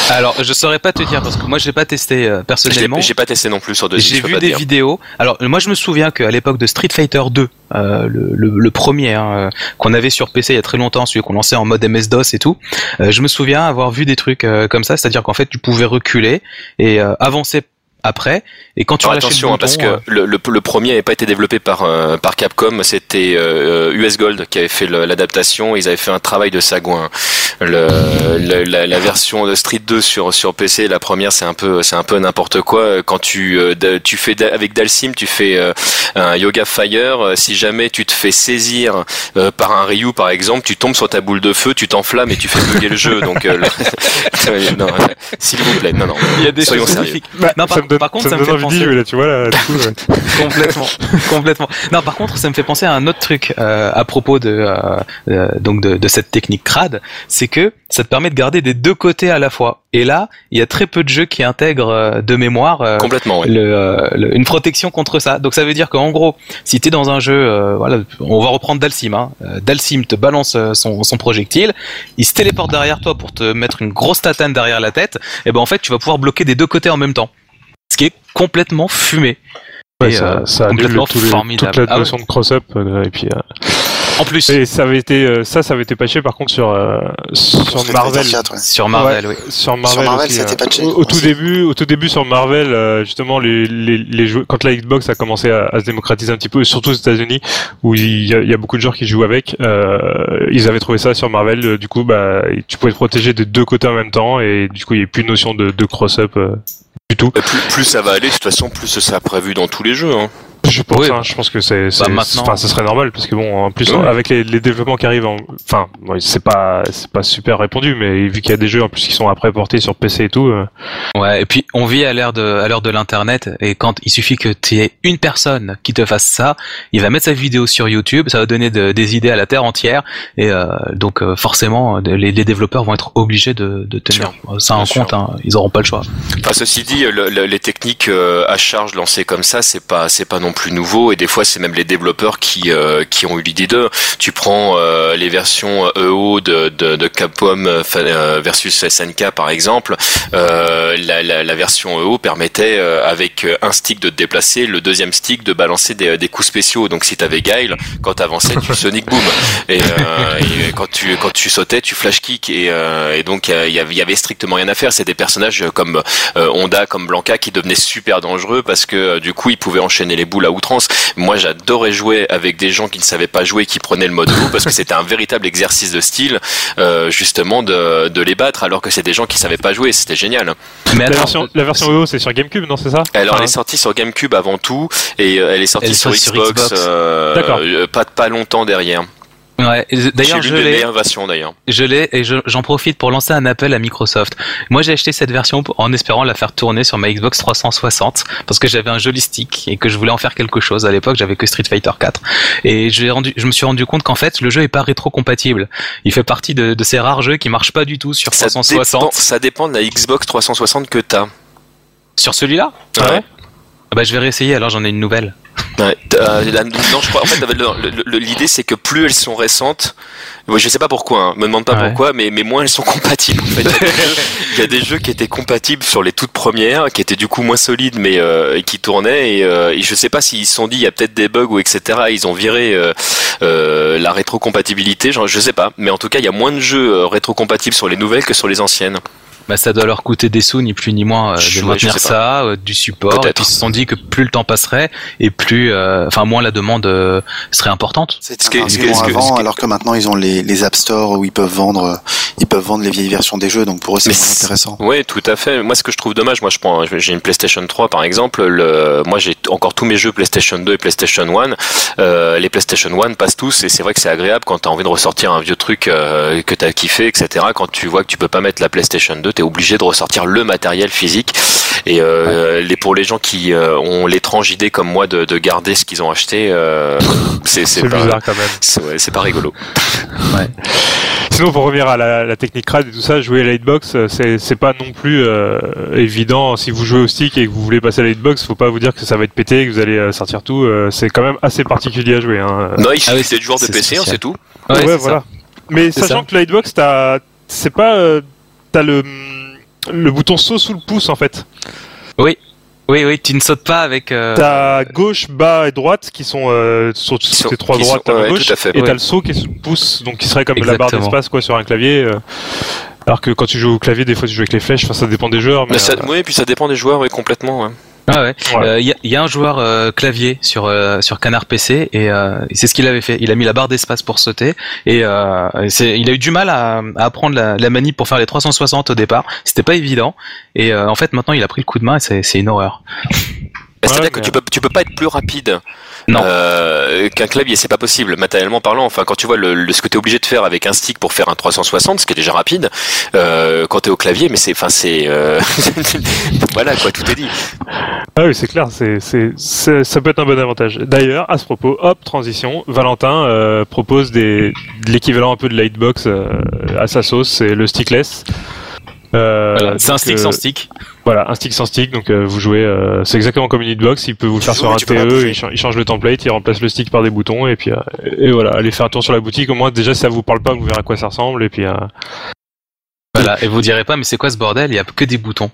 Alors, je saurais pas te dire parce que moi j'ai pas testé euh, personnellement. J'ai pas testé non plus sur deux. J'ai vu des vidéos. Alors, moi je me souviens qu'à l'époque de Street Fighter deux, euh, le, le, le premier hein, qu'on avait sur P C il y a très longtemps, celui qu'on lançait en mode M S DOS et tout, euh, je me souviens avoir vu des trucs euh, comme ça, c'est-à-dire qu'en fait tu pouvais reculer et euh, avancer après, et quand tu relâchais attention, le bouton, parce que euh... le, le, le premier n'avait pas été développé par euh, par Capcom, c'était euh, U S Gold qui avait fait le, l'adaptation. Ils avaient fait un travail de sagouin. Le, le la, la version de Street deux sur sur P C, la première, c'est un peu c'est un peu n'importe quoi. Quand tu euh, tu fais avec Dalsim, tu fais euh, un Yoga Fire. Si jamais tu te fais saisir euh, par un Ryu par exemple, tu tombes sur ta boule de feu, tu t'enflammes et tu fais bugger le jeu. Donc euh, le... non, s'il vous plaît, non non. Il y a des choses magnifiques. Non, par, par contre, ça, ça me, me fait penser. Là, tu vois, là, du coup, ouais. complètement, complètement. Non, par contre, ça me fait penser à un autre truc euh, à propos de euh, euh, donc de, de cette technique crade, c'est que ça te permet de garder des deux côtés à la fois. Et là, il y a très peu de jeux qui intègrent euh, de mémoire euh, complètement oui. le, euh, le, une protection contre ça. Donc ça veut dire qu'en gros, si t'es dans un jeu, euh, voilà, on va reprendre Dalsim. Hein, Dalsim te balance son, son projectile, il se téléporte derrière toi pour te mettre une grosse tatane derrière la tête. Et ben en fait, tu vas pouvoir bloquer des deux côtés en même temps. Ce qui est complètement fumé. Ouais, et, ça, euh, ça complètement annule formidable. toute la notion ah ouais. de cross-up euh, et puis. Euh... En plus. Et ça avait été euh, ça, ça avait été patché par contre sur euh, sur, sur Marvel. quatre, ouais. Sur Marvel, ouais, oui. Sur Marvel, sur Marvel, aussi, c'était euh, patché. Au, au tout début, au tout début sur Marvel, euh, justement les les les jeux, quand la Xbox a commencé à, à se démocratiser un petit peu, surtout aux États-Unis où il y a, il y a beaucoup de joueurs qui jouent avec, euh, ils avaient trouvé ça sur Marvel. Euh, du coup, bah tu pouvais te protéger des deux côtés en même temps et du coup il y a plus de notion de, de cross-up euh, du tout. Plus, plus ça va aller, de toute façon, plus ça sera prévu dans tous les jeux. Hein. Je pense, oui. hein, je pense que c'est, c'est, bah maintenant... enfin, ce serait normal parce que bon, en plus, oui. avec les, les développements qui arrivent, en... enfin, bon, c'est pas, c'est pas super répandu, mais vu qu'il y a des jeux en plus qui sont après portés sur P C et tout. Euh... Ouais, et puis on vit à l'ère de, à l'heure de l'internet, et quand il suffit que tu aies une personne qui te fasse ça, il va mettre sa vidéo sur YouTube, ça va donner de, des idées à la terre entière, et euh, donc euh, forcément, les, les développeurs vont être obligés de, de tenir Bien. ça en Bien compte, hein, ils auront pas le choix. Enfin, ceci dit, le, le, les techniques euh, à charge lancées comme ça, c'est pas, c'est pas non plus nouveau, et des fois c'est même les développeurs qui euh, qui ont eu l'idée d'eux. Tu prends euh, les versions E O de de, de Capcom euh, versus S N K par exemple. Euh, la, la, la version E O permettait euh, avec un stick de te déplacer, le deuxième stick de balancer des, des coups spéciaux. Donc si t'avais Guile, quand t'avançais tu Sonic Boom, et, euh, et quand tu quand tu sautais tu flash kick, et, euh, et donc il y avait, y avait strictement rien à faire. C'est des personnages comme euh, Honda, comme Blanca qui devenaient super dangereux parce que euh, du coup ils pouvaient enchaîner les boules à outrance. Moi, j'adorais jouer avec des gens qui ne savaient pas jouer, qui prenaient le mode E O parce que c'était un véritable exercice de style, euh, justement, de, de les battre, alors que c'est des gens qui ne savaient pas jouer. C'était génial. Mais la, attends, version, la version E O, c'est sur GameCube, non, c'est ça? Alors, enfin, elle est sortie sur GameCube avant tout, et euh, elle est sortie elle sur, sur Xbox, Xbox. Euh, D'accord. Euh, pas, pas longtemps derrière. Ouais, d'ailleurs j'ai je l'une des l'ai. meilleures versions d'ailleurs. Je l'ai et je, j'en profite pour lancer un appel à Microsoft. Moi, j'ai acheté cette version en espérant la faire tourner sur ma Xbox trois cent soixante parce que j'avais un joli stick et que je voulais en faire quelque chose. À l'époque, j'avais que Street Fighter quatre et j'ai rendu, je me suis rendu compte qu'en fait, le jeu est pas rétro-compatible. Il fait partie de, de ces rares jeux qui marchent pas du tout sur ça trois cent soixante. Dépend, ça dépend de la Xbox trois cent soixante que t'as. Sur celui-là? Ouais. ouais. Bah, je vais réessayer. Alors, j'en ai une nouvelle. Ouais, euh, la, non, je crois. En fait, le, le, l'idée c'est que plus elles sont récentes, je sais pas pourquoi, hein, me demande pas ouais. pourquoi, mais mais moins elles sont compatibles. En fait, il y a des jeux qui étaient compatibles sur les toutes premières, qui étaient du coup moins solides, mais euh, qui tournaient. Et, euh, et je sais pas s'ils se sont dit il y a peut-être des bugs ou et cetera. Ils ont viré euh, euh, la rétrocompatibilité. Genre, je sais pas, mais en tout cas, il y a moins de jeux euh, rétrocompatibles sur les nouvelles que sur les anciennes. Bah ça doit leur coûter des sous, ni plus ni moins, euh, de ouais, maintenir ça, euh, du support. Peut-être. Et puis ils se sont dit que plus le temps passerait et plus, enfin euh, moins la demande euh, serait importante. C'était un argument avant, que, alors que maintenant ils ont les, les App Store où ils peuvent vendre, ils peuvent vendre les vieilles versions des jeux. Donc pour eux c'est moins intéressant. Oui, tout à fait. Moi ce que je trouve dommage, moi je prends, j'ai une PlayStation trois par exemple. Le, moi j'ai encore tous mes jeux PlayStation deux et PlayStation un. Euh, les PlayStation un passent tous et c'est vrai que c'est agréable quand t'as envie de ressortir un vieux truc euh, que t'as kiffé, et cetera. Quand tu vois que tu peux pas mettre la PlayStation deux, t'es obligé de ressortir le matériel physique. Et euh, ouais. les, pour les gens qui euh, ont l'étrange idée comme moi de, de garder ce qu'ils ont acheté, euh, c'est, c'est, c'est pas, bizarre quand même. C'est, ouais, c'est pas rigolo. Ouais. Sinon, pour revenir à la, la technique crade et tout ça, jouer à la hitbox, c'est, c'est pas non plus euh, évident. Si vous jouez au stick et que vous voulez passer à la hitbox, faut pas vous dire que ça va être pété, que vous allez sortir tout. Euh, c'est quand même assez particulier à jouer. Hein. Non, il suffit ah oui, d'être joueur de P C, hein, c'est tout. Ouais, ouais voilà. Ça. Mais c'est sachant ça. que la hitbox, t'as, c'est pas, euh, t'as le le bouton saut sous le pouce en fait. Oui. Oui, oui, tu ne sautes pas avec. Euh... T'as gauche, bas et droite qui sont euh, sur sont, tes trois qui droites sont, à ouais, gauche, tout à fait. et ouais. t'as le saut qui est sous le pouce, donc qui serait comme Exactement. la barre d'espace quoi sur un clavier. Euh, alors que quand tu joues au clavier, des fois tu joues avec les flèches. Enfin, ça dépend des joueurs. Mais, Mais ça, euh, oui, puis ça dépend des joueurs, oui, complètement. Ouais. Ah ouais. Il Ouais. euh, y, a, y a un joueur euh, clavier sur euh, sur Canard P C et, euh, et c'est ce qu'il avait fait. Il a mis la barre d'espace pour sauter et euh, c'est, il a eu du mal à, à apprendre la, la manip pour faire les trois cent soixante au départ. C'était pas évident et euh, en fait maintenant il a pris le coup de main et c'est, c'est une horreur. Bah, c'est-à-dire Ouais, que mais- tu peux, tu peux pas être plus rapide Non. euh, qu'un clavier, c'est pas possible, matériellement parlant. Enfin, quand tu vois le, le, ce que t'es obligé de faire avec un stick pour faire un trois cent soixante, ce qui est déjà rapide, euh, quand t'es au clavier, mais c'est, enfin, c'est, euh... voilà quoi, tout est dit. Ah oui, c'est clair, c'est, c'est, c'est, ça peut être un bon avantage. D'ailleurs, à ce propos, hop, transition, Valentin euh, propose des, de l'équivalent un peu de la hitbox euh, à sa sauce, c'est le stickless. Euh, Voilà, c'est un donc, stick euh, sans stick. Voilà, un stick sans stick, donc euh, vous jouez, euh, c'est exactement comme une hitbox, il peut vous le Tu faire joues, sur mais un tu peux pas T E, bouger. il, cha- il change le template, il remplace le stick par des boutons, et puis euh, et voilà, allez faire un tour sur la boutique, au moins déjà si ça vous parle pas, vous verrez à quoi ça ressemble, et puis... Euh... Voilà. Et vous direz pas mais c'est quoi ce bordel? Il y a que des boutons.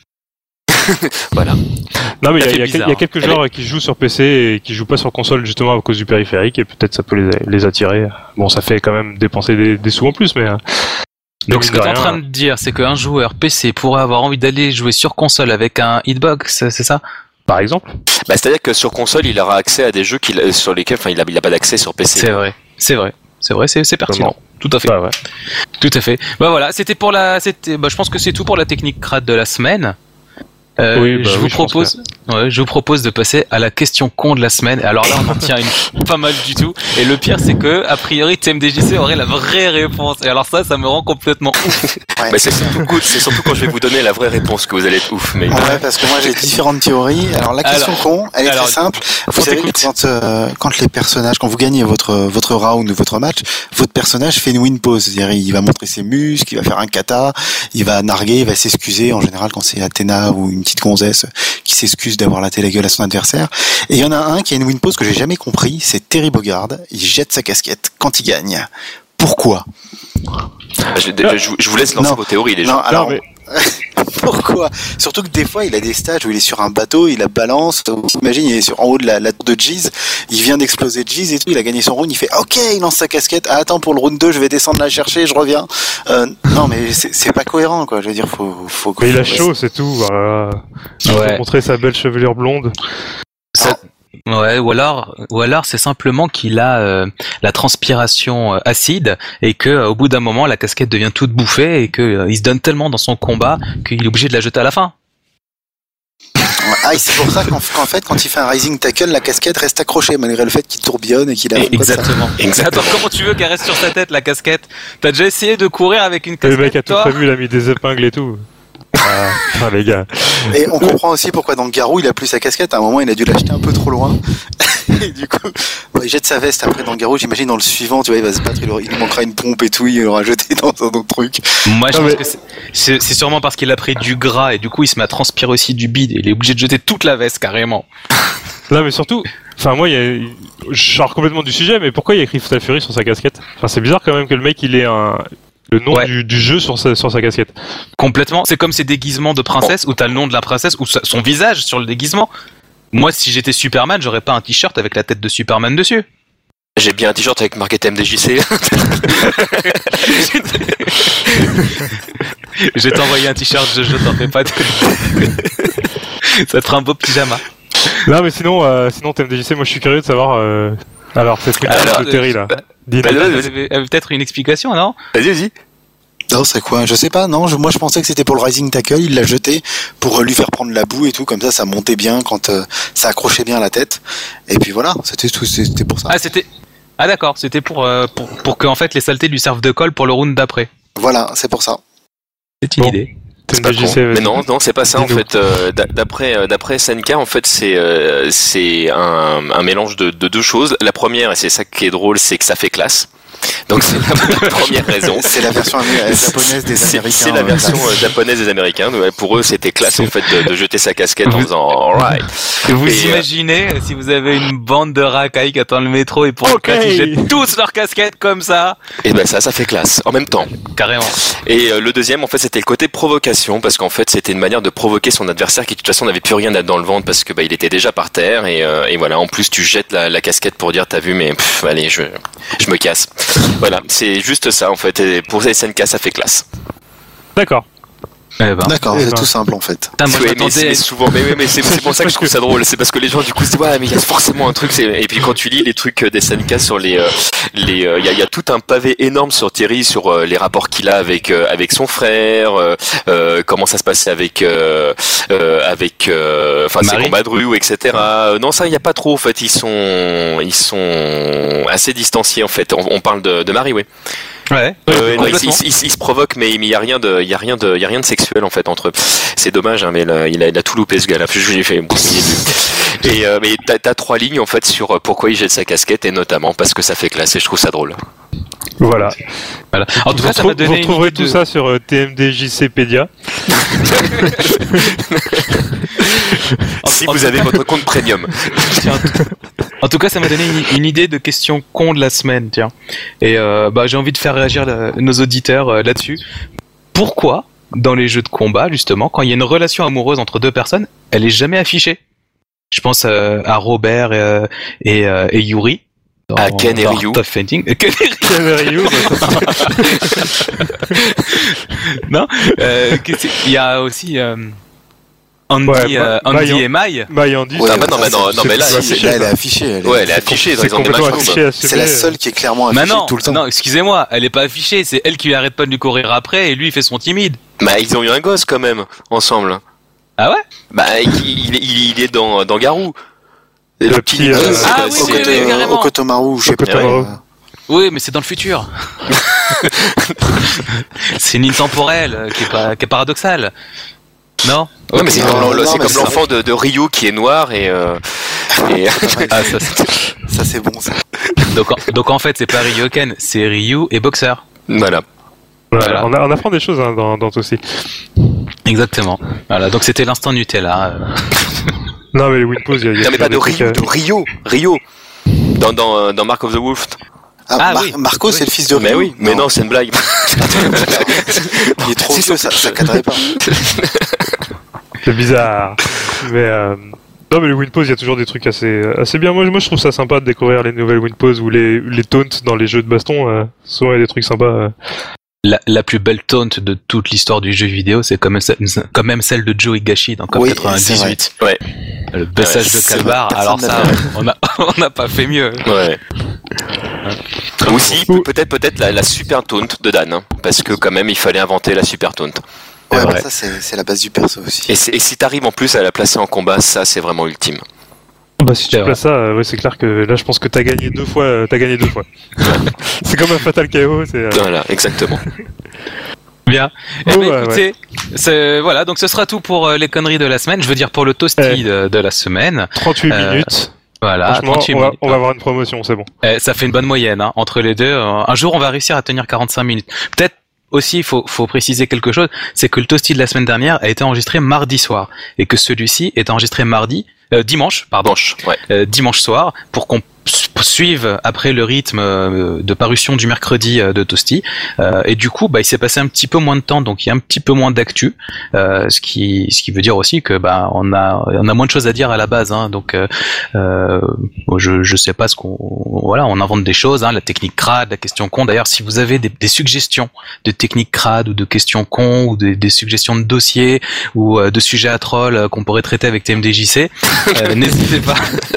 Voilà. Non mais il y, Ça a- fait il y a, bizarre. il y a quelques Elle joueurs qui jouent sur P C et qui jouent pas sur console justement à cause du périphérique, et peut-être ça peut les, les attirer. Bon, ça fait quand même dépenser des, des sous en plus, mais... Euh... Donc ce que mine t'es de en rien, train de dire c'est qu'un joueur P C pourrait avoir envie d'aller jouer sur console avec un hitbox, c'est ça? Par exemple. Bah, c'est-à-dire que sur console, il aura accès à des jeux qu'il, sur lesquels, enfin, il a, il a pas d'accès sur P C. C'est vrai, c'est vrai, c'est vrai, c'est, c'est pertinent. Tout à fait. Bah ouais. Tout à fait. Bah voilà, c'était pour la, c'était, bah je pense que c'est tout pour la technique crade de la semaine. Euh, Oui, bah je oui, vous je pense propose, ouais, je vous propose de passer à la question con de la semaine. Alors là, on en tient une pas mal du tout. Et le pire, c'est que a priori, T M D J C aurait la vraie réponse. Et alors ça, ça me rend complètement ouf. Ouais. Bah, c'est surtout good, c'est surtout quand je vais vous donner la vraie réponse que vous allez être ouf, mais. Ouais, parce que moi j'ai différentes théories. Alors la question Alors, con, elle est alors, très simple. Vous on savez que t'écoute. quand, euh, quand les personnages, quand vous gagnez votre votre round ou votre match, votre personnage fait une win pose, c'est-à-dire il va montrer ses muscles, il va faire un kata, il va narguer, il va s'excuser. En général, quand c'est Athéna ou une petite gonzesse qui s'excuse d'avoir laté la gueule à son adversaire. Et il y en a un qui a une win pose que j'ai jamais compris, c'est Terry Bogard. Il jette sa casquette quand il gagne. Pourquoi? Je, je, je- je vous laisse lancer Non. vos théories, les Non, gens. alors mais- pourquoi? Surtout que des fois, il a des stages où il est sur un bateau, il la balance. Imagine, il est sur en haut de la, la tour de Jeez, il vient d'exploser Jeez et tout, il a gagné son round, il fait OK, il lance sa casquette. Ah, attends, pour le round deux, je vais descendre la chercher, je reviens. Euh, non, mais c'est, c'est pas cohérent, quoi. Je veux dire, faut, faut. Mais il a faut- chaud, c'est tout. Voilà. Il Ouais. faut montrer sa belle chevelure blonde. Ça- Ouais, ou alors, ou alors c'est simplement qu'il a euh, la transpiration euh, acide et que euh, au bout d'un moment la casquette devient toute bouffée et que euh, il se donne tellement dans son combat qu'il est obligé de la jeter à la fin. Ah, et c'est pour ça qu'en, qu'en fait, quand il fait un rising tackle, la casquette reste accrochée malgré le fait qu'il tourbillonne et qu'il a. Exactement. Exactement. Attends, comment tu veux qu'elle reste sur sa tête la casquette? T'as déjà essayé de courir avec une Et le casquette mec a tout toi prévu, il a mis des épingles et tout. Ah, ah, les gars. Et on comprend aussi pourquoi dans le Garou, il a plus sa casquette. À un moment, il a dû l'acheter un peu trop loin. Et du coup, bon, il jette sa veste après dans le Garou. J'imagine dans le suivant, tu vois, il va se battre, il, aura- il lui manquera une pompe et tout, il l'aura jeté dans un autre truc. Moi je Non, pense mais- que c'est, c'est, c'est sûrement parce qu'il a pris du gras et du coup il se met à transpirer aussi du bide et il est obligé de jeter toute la veste carrément. Là, mais surtout, enfin, moi, il y a... je sors complètement du sujet, mais pourquoi il y a écrit Fatal Fury sur sa casquette? Enfin, c'est bizarre quand même que le mec, il ait un. Le nom Ouais. du, du jeu sur sa, sur sa casquette. Complètement. C'est comme ces déguisements de princesse où t'as le nom de la princesse ou sa- son visage sur le déguisement. Moi, si j'étais Superman, j'aurais pas un t-shirt avec la tête de Superman dessus. J'ai bien un t-shirt avec marqué T M D J C. Je vais t'envoyer un t-shirt, je, je t'en fais pas. de- Ça te fera un beau pyjama. Non, mais sinon, euh, sinon, T M D J C, moi, je suis curieux de savoir. Euh... Alors, c'est truc Alors, de Terry, là. bah, Dis-nous. bah, Vous vas-y. avez avez peut-être une explication, non? Vas-y, vas-y. Non, c'est quoi? Je sais pas, non. Je, moi, je pensais que c'était pour le rising tackle. Il l'a jeté pour euh, lui faire prendre la boue et tout. Comme ça, ça montait bien quand euh, ça accrochait bien à la tête. Et puis voilà, c'était tout. C'était pour ça. Ah, c'était. Ah, d'accord, c'était pour, euh, pour, pour que en fait, les saletés lui servent de colle pour le round d'après. Voilà, c'est pour ça. C'est une Bon. idée. T C'est M pas D J con. C, vas-y. Mais non, non, c'est pas ça en Dis-nous. fait. Euh, d'a- d'après euh, d'après S N K, en fait, c'est euh, c'est un, un mélange de, de deux choses. La première, et c'est ça qui est drôle, c'est que ça fait classe. Donc c'est la première raison. C'est la version amé- japonaise des C'est, Américains. c'est la euh, version euh, japonaise des Américains. Ouais, pour eux, c'était classe en fait de, de jeter sa casquette en Vous- faisant alright. Vous Et, euh, imaginez euh, si vous avez une bande de racailles qui attend le métro et pour Ok. le cas, ils jettent tous leurs casquettes comme ça. Et ben ça, ça fait classe en même temps. Carrément. Et euh, le deuxième, en fait, c'était le côté provocation, parce qu'en fait, c'était une manière de provoquer son adversaire qui, de toute façon, n'avait plus rien à dans le ventre parce que bah, il était déjà par terre. Et, euh, et voilà, en plus, tu jettes la, la casquette pour dire, t'as vu, mais pff, allez, je, je me casse. Voilà, c'est juste ça, en fait. Et pour S N K, ça fait classe. D'accord. Eh ben. D'accord, Eh c'est ben. tout simple en fait. Putain, moi, Ouais, mais, j'attendais- c'est- mais souvent, mais, mais, mais c'est, c'est pour ça que je trouve ça drôle. C'est parce que les gens du coup se disent ouais, mais il y a forcément un truc. C'est... Et puis quand tu lis les trucs des S N K sur les, euh, les, il euh, y, a, y a tout un pavé énorme sur Terry sur euh, les rapports qu'il a avec euh, avec son frère, euh, euh, comment ça se passait avec euh, euh, avec, euh, enfin ses Marie. combats de rue, et cetera. Euh, non, ça il y a pas trop. En fait, ils sont ils sont assez distanciés en fait. On, on parle de, de Marie, ouais. Ouais. Euh, non, ils, complètement. ils- ils- ils se provoquent, mais il y a rien de, il y a rien de, il y a rien de sexuel en fait entre eux. C'est dommage, hein, mais là, il a, il a tout loupé ce gars-là. Je lui ai fait. Et euh, mais t'as, t'as trois lignes en fait sur pourquoi il jette sa casquette et notamment parce que ça fait classe et je trouve ça drôle. Voilà. Voilà. En tout Vous, cas, ça retrou- m'a donné vous une retrouverez idée tout de- ça sur euh, T M D J C Pédia. Si en vous tout avez cas- votre compte premium. Tiens, en tout cas, ça m'a donné une, une idée de question con de la semaine, tiens. Et euh, bah, j'ai envie de faire réagir la- nos auditeurs euh, là-dessus. Pourquoi, dans les jeux de combat, justement, quand il y a une relation amoureuse entre deux personnes, elle est jamais affichée? Je pense euh, à Robert euh, et, euh, et Yuri. Dans, À Ken et dans Ryu. Art of Fighting. Euh, Ken et Ryu. Ken et Ryu, bah, ça- Non, euh, qu'est-ce- il y a aussi euh, Andy, Ouais, euh, bah, Andy bah, et Mai. Bah, Yandy, Ouais, ah bah non, ça, mais non, c'est- non, mais là, c'est- c'est- c'est- Là, elle est affichée. Elle est, ouais, elle est affichée dans c'est les ondes des complètement matchs. affiché, assumé. c'est la seule qui est clairement Mais affichée non, tout le temps. non, excusez-moi, elle est pas affichée, c'est elle qui arrête pas de lui courir après et lui il fait son timide. Bah ils ont eu un gosse quand même ensemble. Ah ouais? Bah il, il, il- il est dans dans Garou. Le petit, Nicolas, euh, c'est- Ah oui, c'est- oui, oui, carrément. Okotomaru, je sais pas. Okotomaru. euh, Oui, mais c'est dans le futur. c'est une intemporelle euh, qui est, pas, qui est paradoxale. Non? Non mais c'est Non, comme, non, le- c'est mais comme c'est l'enfant de, de Ryu qui est noir et, euh, et Ah, ça, c'est- Ça c'est bon ça. donc, en, donc en fait, c'est pas Ryoken, c'est Ryu et Boxer. voilà. Voilà, Voilà. On, a- on apprend des choses hein, dans, dans Toshi. Exactement. Voilà, donc c'était l'instant Nutella. euh. Non, mais les win pause, il y a, il y a Non mais pas de toujours des Ryu, trucs, de Rio, Rio. Dans, dans, dans Mark of the Wolf. Ah, Ah, Mar- oui. Marco, Oui. c'est le fils de Ryu. Mais oui, mais non, c'est une blague. Il est trop vieux, ça, ça cadrait pas. euh, c'est bizarre. Mais euh, non, mais les win pause, il y a toujours des trucs assez, assez bien. Moi, moi, je trouve ça sympa de découvrir les nouvelles win pause ou les, les taunts dans les jeux de baston. Euh, souvent, il y a des trucs sympas. euh. La, la plus belle taunt de toute l'histoire du jeu vidéo, c'est quand même, celle- quand même celle de Joe Higashi dans Cop Oui, quatre-vingt-dix-huit. Ouais, Le baissage Ouais, de c'est Calbar. vrai, Alors personne ça, n'a on a, on n'a pas fait mieux. ouais. Aussi, pe- peut-être peut-être la, la super taunt de Dan, hein, parce que quand même il fallait inventer la super taunt. Ouais, vrai. bah, ça c'est c'est la base du perso aussi. Et, c'est- et si t'arrives en plus à la placer en combat, ça c'est vraiment ultime. Bah, si tu C'est places ça, euh, ouais, c'est clair que là, je pense que t'as gagné deux fois. euh, t'as gagné deux fois. C'est comme un Fatal K O. C'est, euh, Voilà, exactement. Bien. Eh Bon, ben, bah, écoutez, c'est- voilà, donc ce sera tout pour euh, les conneries de la semaine. Je veux dire pour le toasty Eh. de, de la semaine. trente-huit Euh, minutes. Voilà, Franchement, trente-huit on va, minutes. on va avoir une promotion, c'est bon. Eh, ça fait une bonne moyenne hein, entre les deux. Euh, Un jour, on va réussir à tenir quarante-cinq minutes. Peut-être aussi, il faut, faut préciser quelque chose, c'est que le toasty de la semaine dernière a été enregistré mardi soir et que celui-ci est enregistré mardi, euh, dimanche, pardon, Manche, ouais. euh, dimanche soir, pour qu'on s- suive après le rythme euh, de parution du mercredi euh, de Toasty. Euh, et du coup, bah, il s'est passé un petit peu moins de temps, donc il y a un petit peu moins d'actu, euh, ce qui, ce qui veut dire aussi que bah, on a, on a moins de choses à dire à la base. Hein, donc, euh, euh, je, je sais pas ce qu'on, voilà, on invente des choses, hein, la technique crade, la question con. D'ailleurs, si vous avez des, des suggestions de techniques crade ou de questions cons ou des, des suggestions de dossiers ou euh, de sujets à troll euh, qu'on pourrait traiter avec T M D J C, euh, n'hésitez pas.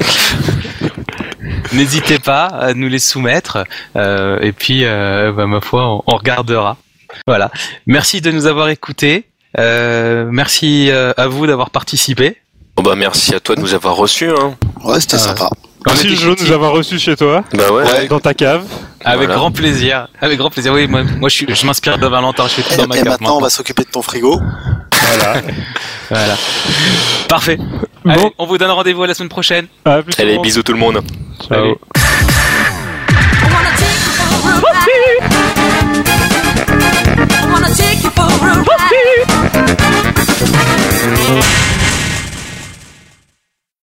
N'hésitez pas à nous les soumettre euh, et puis, euh, bah, ma foi, on, on regardera. Voilà. Merci de nous avoir écoutés. Euh, merci euh, à vous d'avoir participé. Bon bah merci à toi de nous avoir reçus. Hein. Ouais, c'était Ah, sympa. On Merci était Joe de petits. nous avoir reçus chez toi, Bah ouais. Ouais. dans ta cave. Avec Voilà. grand plaisir. Avec grand plaisir. Oui, moi, moi je, suis, je m'inspire de Valentin. Je suis tout Et, dans ma et cave maintenant, on va s'occuper de ton frigo. Voilà. Voilà. Parfait. Bon. Allez, on vous donne rendez-vous à la semaine prochaine. À plus. tout le Allez, monde. bisous tout le monde. Ciao. Allez. I wanna take you for a Provide